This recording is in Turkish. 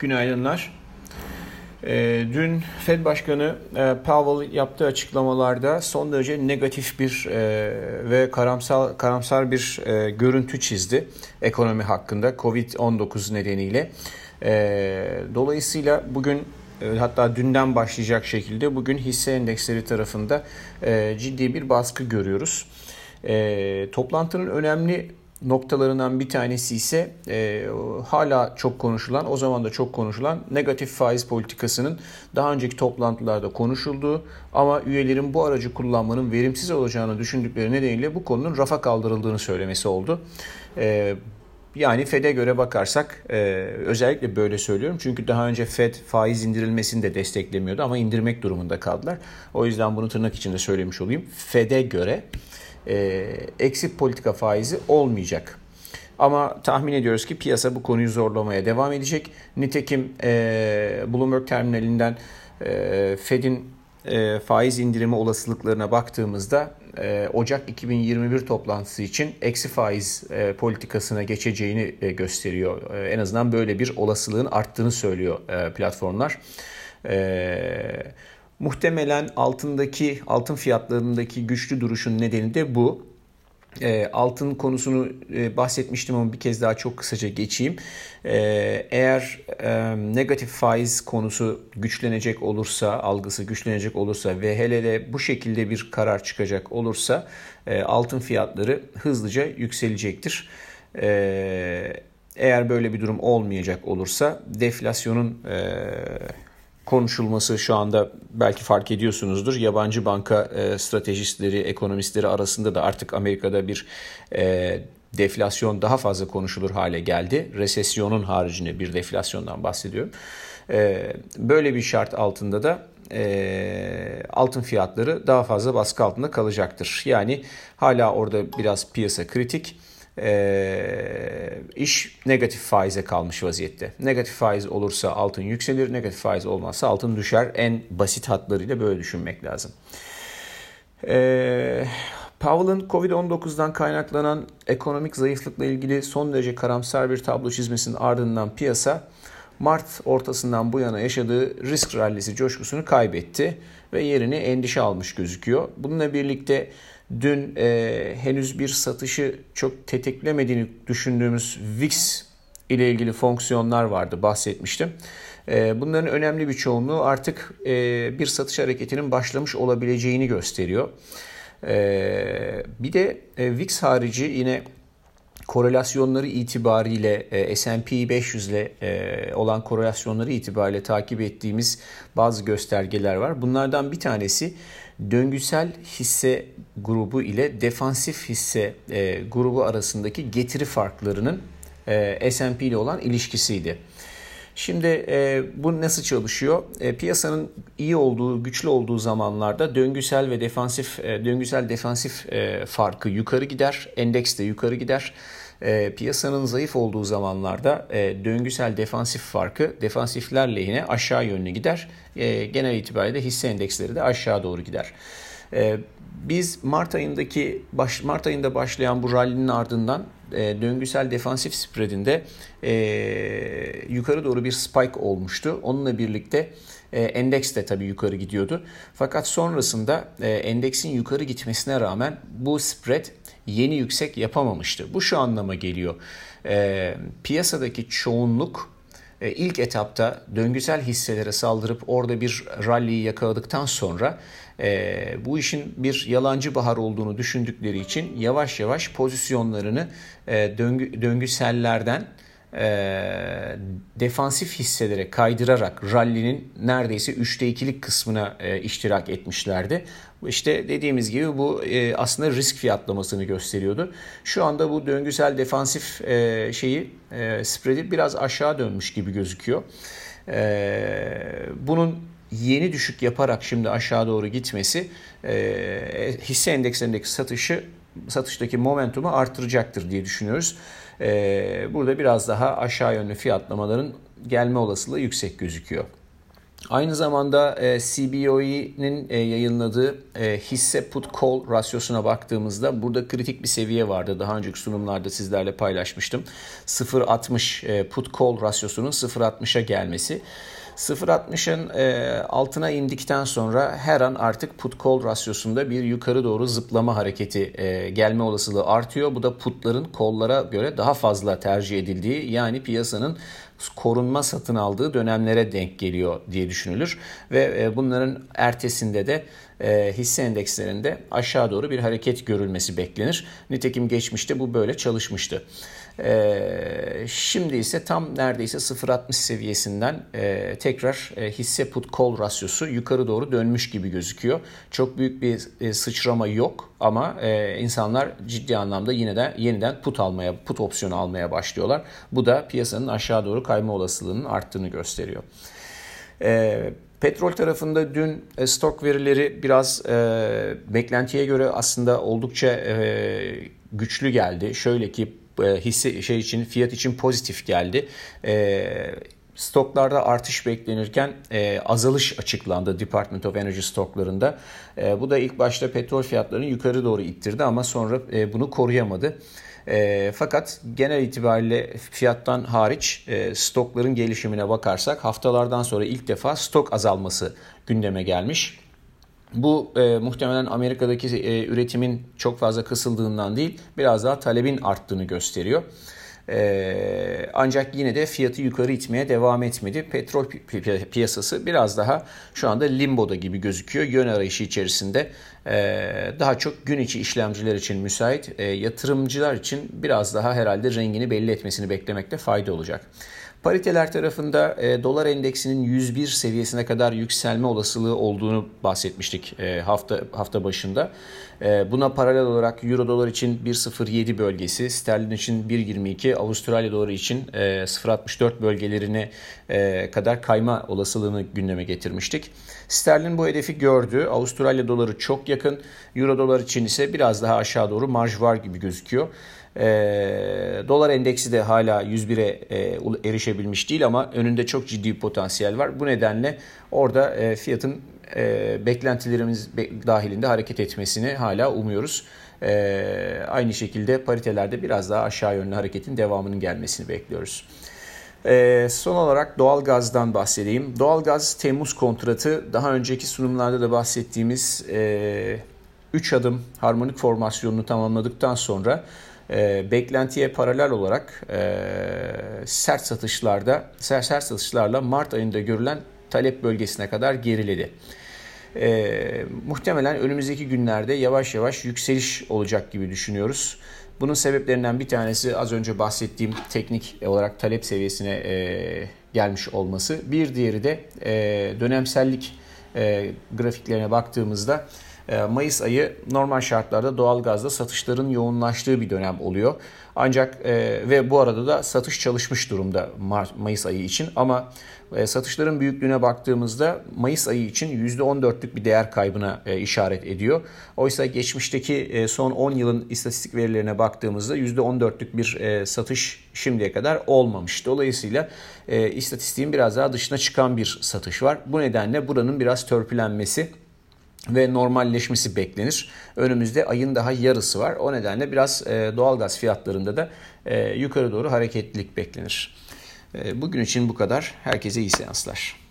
Günaydınlar. Dün Fed Başkanı Powell yaptığı açıklamalarda son derece negatif bir ve karamsar bir görüntü çizdi ekonomi hakkında Covid-19 nedeniyle. Dolayısıyla bugün hatta dünden başlayacak şekilde bugün hisse endeksleri tarafında ciddi bir baskı görüyoruz. Toplantının önemli noktalarından bir tanesi ise hala çok konuşulan, o zaman da çok konuşulan negatif faiz politikasının daha önceki toplantılarda konuşulduğu ama üyelerin bu aracı kullanmanın verimsiz olacağını düşündükleri nedeniyle bu konunun rafa kaldırıldığını söylemesi oldu. Yani Fed'e göre bakarsak özellikle böyle söylüyorum çünkü daha önce Fed faiz indirilmesini de desteklemiyordu ama indirmek durumunda kaldılar. O yüzden bunu tırnak içinde söylemiş olayım. Fed'e göre eksik politika faizi olmayacak. Ama tahmin ediyoruz ki piyasa bu konuyu zorlamaya devam edecek. Nitekim Bloomberg terminalinden Fed'in faiz indirimi olasılıklarına baktığımızda Ocak 2021 toplantısı için eksi faiz politikasına geçeceğini gösteriyor. En azından böyle bir olasılığın arttığını söylüyor platformlar. Muhtemelen altın fiyatlarındaki güçlü duruşun nedeni de bu. Altın konusunu bahsetmiştim ama bir kez daha çok kısaca geçeyim. Eğer negatif faiz konusu güçlenecek olursa, algısı güçlenecek olursa ve hele de bu şekilde bir karar çıkacak olursa altın fiyatları hızlıca yükselecektir. Eğer böyle bir durum olmayacak olursa deflasyonun konuşulması şu anda belki fark ediyorsunuzdur. Yabancı banka stratejistleri, ekonomistleri arasında da artık Amerika'da bir deflasyon daha fazla konuşulur hale geldi. Resesyonun haricinde bir deflasyondan bahsediyorum. Böyle bir şart altında da altın fiyatları daha fazla baskı altında kalacaktır. Yani hala orada biraz piyasa kritik. İş negatif faize kalmış vaziyette. Negatif faiz olursa altın yükselir, negatif faiz olmazsa altın düşer. En basit hatlarıyla böyle düşünmek lazım. Powell'ın Covid-19'dan kaynaklanan ekonomik zayıflıkla ilgili son derece karamsar bir tablo çizmesinin ardından piyasa Mart ortasından bu yana yaşadığı risk rallisi coşkusunu kaybetti ve yerini endişe almış gözüküyor. Bununla birlikte dün henüz bir satışı çok tetiklemediğini düşündüğümüz VIX ile ilgili fonksiyonlar vardı, bahsetmiştim. Bunların önemli bir çoğunluğu artık bir satış hareketinin başlamış olabileceğini gösteriyor. Bir de VIX harici yine korelasyonları itibariyle S&P 500 ile olan korelasyonları itibariyle takip ettiğimiz bazı göstergeler var. Bunlardan bir tanesi döngüsel hisse grubu ile defansif hisse grubu arasındaki getiri farklarının S&P ile olan ilişkisiydi. Şimdi bu nasıl çalışıyor? Piyasanın iyi olduğu, güçlü olduğu zamanlarda döngüsel defansif farkı yukarı gider, endeks de yukarı gider. Piyasanın zayıf olduğu zamanlarda döngüsel defansif farkı defansifler lehine aşağı yönlü gider. Genel itibariyle hisse endeksleri de aşağı doğru gider. Biz Mart ayında başlayan bu rally'nin ardından döngüsel defansif spreadinde yukarı doğru bir spike olmuştu. Onunla birlikte endeks de tabii yukarı gidiyordu. Fakat sonrasında endeksin yukarı gitmesine rağmen bu spread yeni yüksek yapamamıştı. Bu şu anlama geliyor. Piyasadaki çoğunluk ilk etapta döngüsel hisselere saldırıp orada bir rally'yi yakaladıktan sonra bu işin bir yalancı bahar olduğunu düşündükleri için yavaş yavaş pozisyonlarını döngüsellerden defansif hisselere kaydırarak rally'nin neredeyse 3'te 2'lik kısmına iştirak etmişlerdi. İşte dediğimiz gibi bu aslında risk fiyatlamasını gösteriyordu. Şu anda bu döngüsel defansif spread'i biraz aşağı dönmüş gibi gözüküyor. Bunun yeni düşük yaparak şimdi aşağı doğru gitmesi hisse endekslerindeki satıştaki momentumu artıracaktır diye düşünüyoruz. Burada biraz daha aşağı yönlü fiyatlamaların gelme olasılığı yüksek gözüküyor. Aynı zamanda CBOE'nin yayınladığı hisse put call rasyosuna baktığımızda burada kritik bir seviye vardı. Daha önceki sunumlarda sizlerle paylaşmıştım. 0.60 put call rasyosunun 0.60'a gelmesi. 0.60'ın altına indikten sonra her an artık put call rasyosunda bir yukarı doğru zıplama hareketi gelme olasılığı artıyor. Bu da putların call'lara göre daha fazla tercih edildiği, yani piyasanın korunma satın aldığı dönemlere denk geliyor diye düşünülür. Ve bunların ertesinde de hisse endekslerinde aşağı doğru bir hareket görülmesi beklenir. Nitekim geçmişte bu böyle çalışmıştı. Şimdi ise tam neredeyse 0.60 seviyesinden tekrar hisse put call rasyosu yukarı doğru dönmüş gibi gözüküyor. Çok büyük bir sıçrama yok ama insanlar ciddi anlamda yeniden put opsiyonu almaya başlıyorlar. Bu da piyasanın aşağı doğru kayma olasılığının arttığını gösteriyor. Petrol tarafında dün stok verileri biraz beklentiye göre aslında oldukça güçlü geldi. Şöyle ki fiyat için pozitif geldi. Stoklarda artış beklenirken azalış açıklandı Department of Energy stoklarında. Bu da ilk başta petrol fiyatlarını yukarı doğru ittirdi ama sonra bunu koruyamadı. Fakat genel itibariyle fiyattan hariç stokların gelişimine bakarsak haftalardan sonra ilk defa stok azalması gündeme gelmiş. Bu muhtemelen Amerika'daki üretimin çok fazla kısıldığından değil, biraz daha talebin arttığını gösteriyor. Ancak yine de fiyatı yukarı itmeye devam etmedi. Petrol piyasası biraz daha şu anda limboda gibi gözüküyor. Yön arayışı içerisinde daha çok gün içi işlemciler için müsait, yatırımcılar için biraz daha herhalde rengini belli etmesini beklemekte fayda olacak. Pariteler tarafında dolar endeksinin 101 seviyesine kadar yükselme olasılığı olduğunu bahsetmiştik hafta başında. Buna paralel olarak Euro dolar için 1.07 bölgesi, sterlin için 1.22, Avustralya doları için 0.64 bölgelerine kadar kayma olasılığını gündeme getirmiştik. Sterlin bu hedefi gördü. Avustralya doları çok yakın. Euro dolar için ise biraz daha aşağı doğru marj var gibi gözüküyor. Dolar endeksi de hala 101'e erişebilmiş değil ama önünde çok ciddi bir potansiyel var. Bu nedenle orada fiyatın beklentilerimiz dahilinde hareket etmesini hala umuyoruz. Aynı şekilde paritelerde biraz daha aşağı yönlü hareketin devamının gelmesini bekliyoruz. Son olarak doğalgazdan bahsedeyim. Doğalgaz Temmuz kontratı daha önceki sunumlarda da bahsettiğimiz 3 adım harmonik formasyonunu tamamladıktan sonra beklentiye paralel olarak sert satışlarla Mart ayında görülen talep bölgesine kadar geriledi. Muhtemelen önümüzdeki günlerde yavaş yavaş yükseliş olacak gibi düşünüyoruz. Bunun sebeplerinden bir tanesi az önce bahsettiğim teknik olarak talep seviyesine gelmiş olması. Bir diğeri de dönemsellik grafiklerine baktığımızda Mayıs ayı normal şartlarda doğalgazda satışların yoğunlaştığı bir dönem oluyor. Ancak ve bu arada da satış çalışmış durumda Mayıs ayı için ama satışların büyüklüğüne baktığımızda Mayıs ayı için %14'lük bir değer kaybına işaret ediyor. Oysa geçmişteki son 10 yılın istatistik verilerine baktığımızda %14'lük bir satış şimdiye kadar olmamış. Dolayısıyla istatistiğin biraz daha dışına çıkan bir satış var. Bu nedenle buranın biraz törpülenmesi ve normalleşmesi beklenir. Önümüzde ayın daha yarısı var. O nedenle biraz doğalgaz fiyatlarında da yukarı doğru hareketlilik beklenir. Bugün için bu kadar. Herkese iyi seanslar.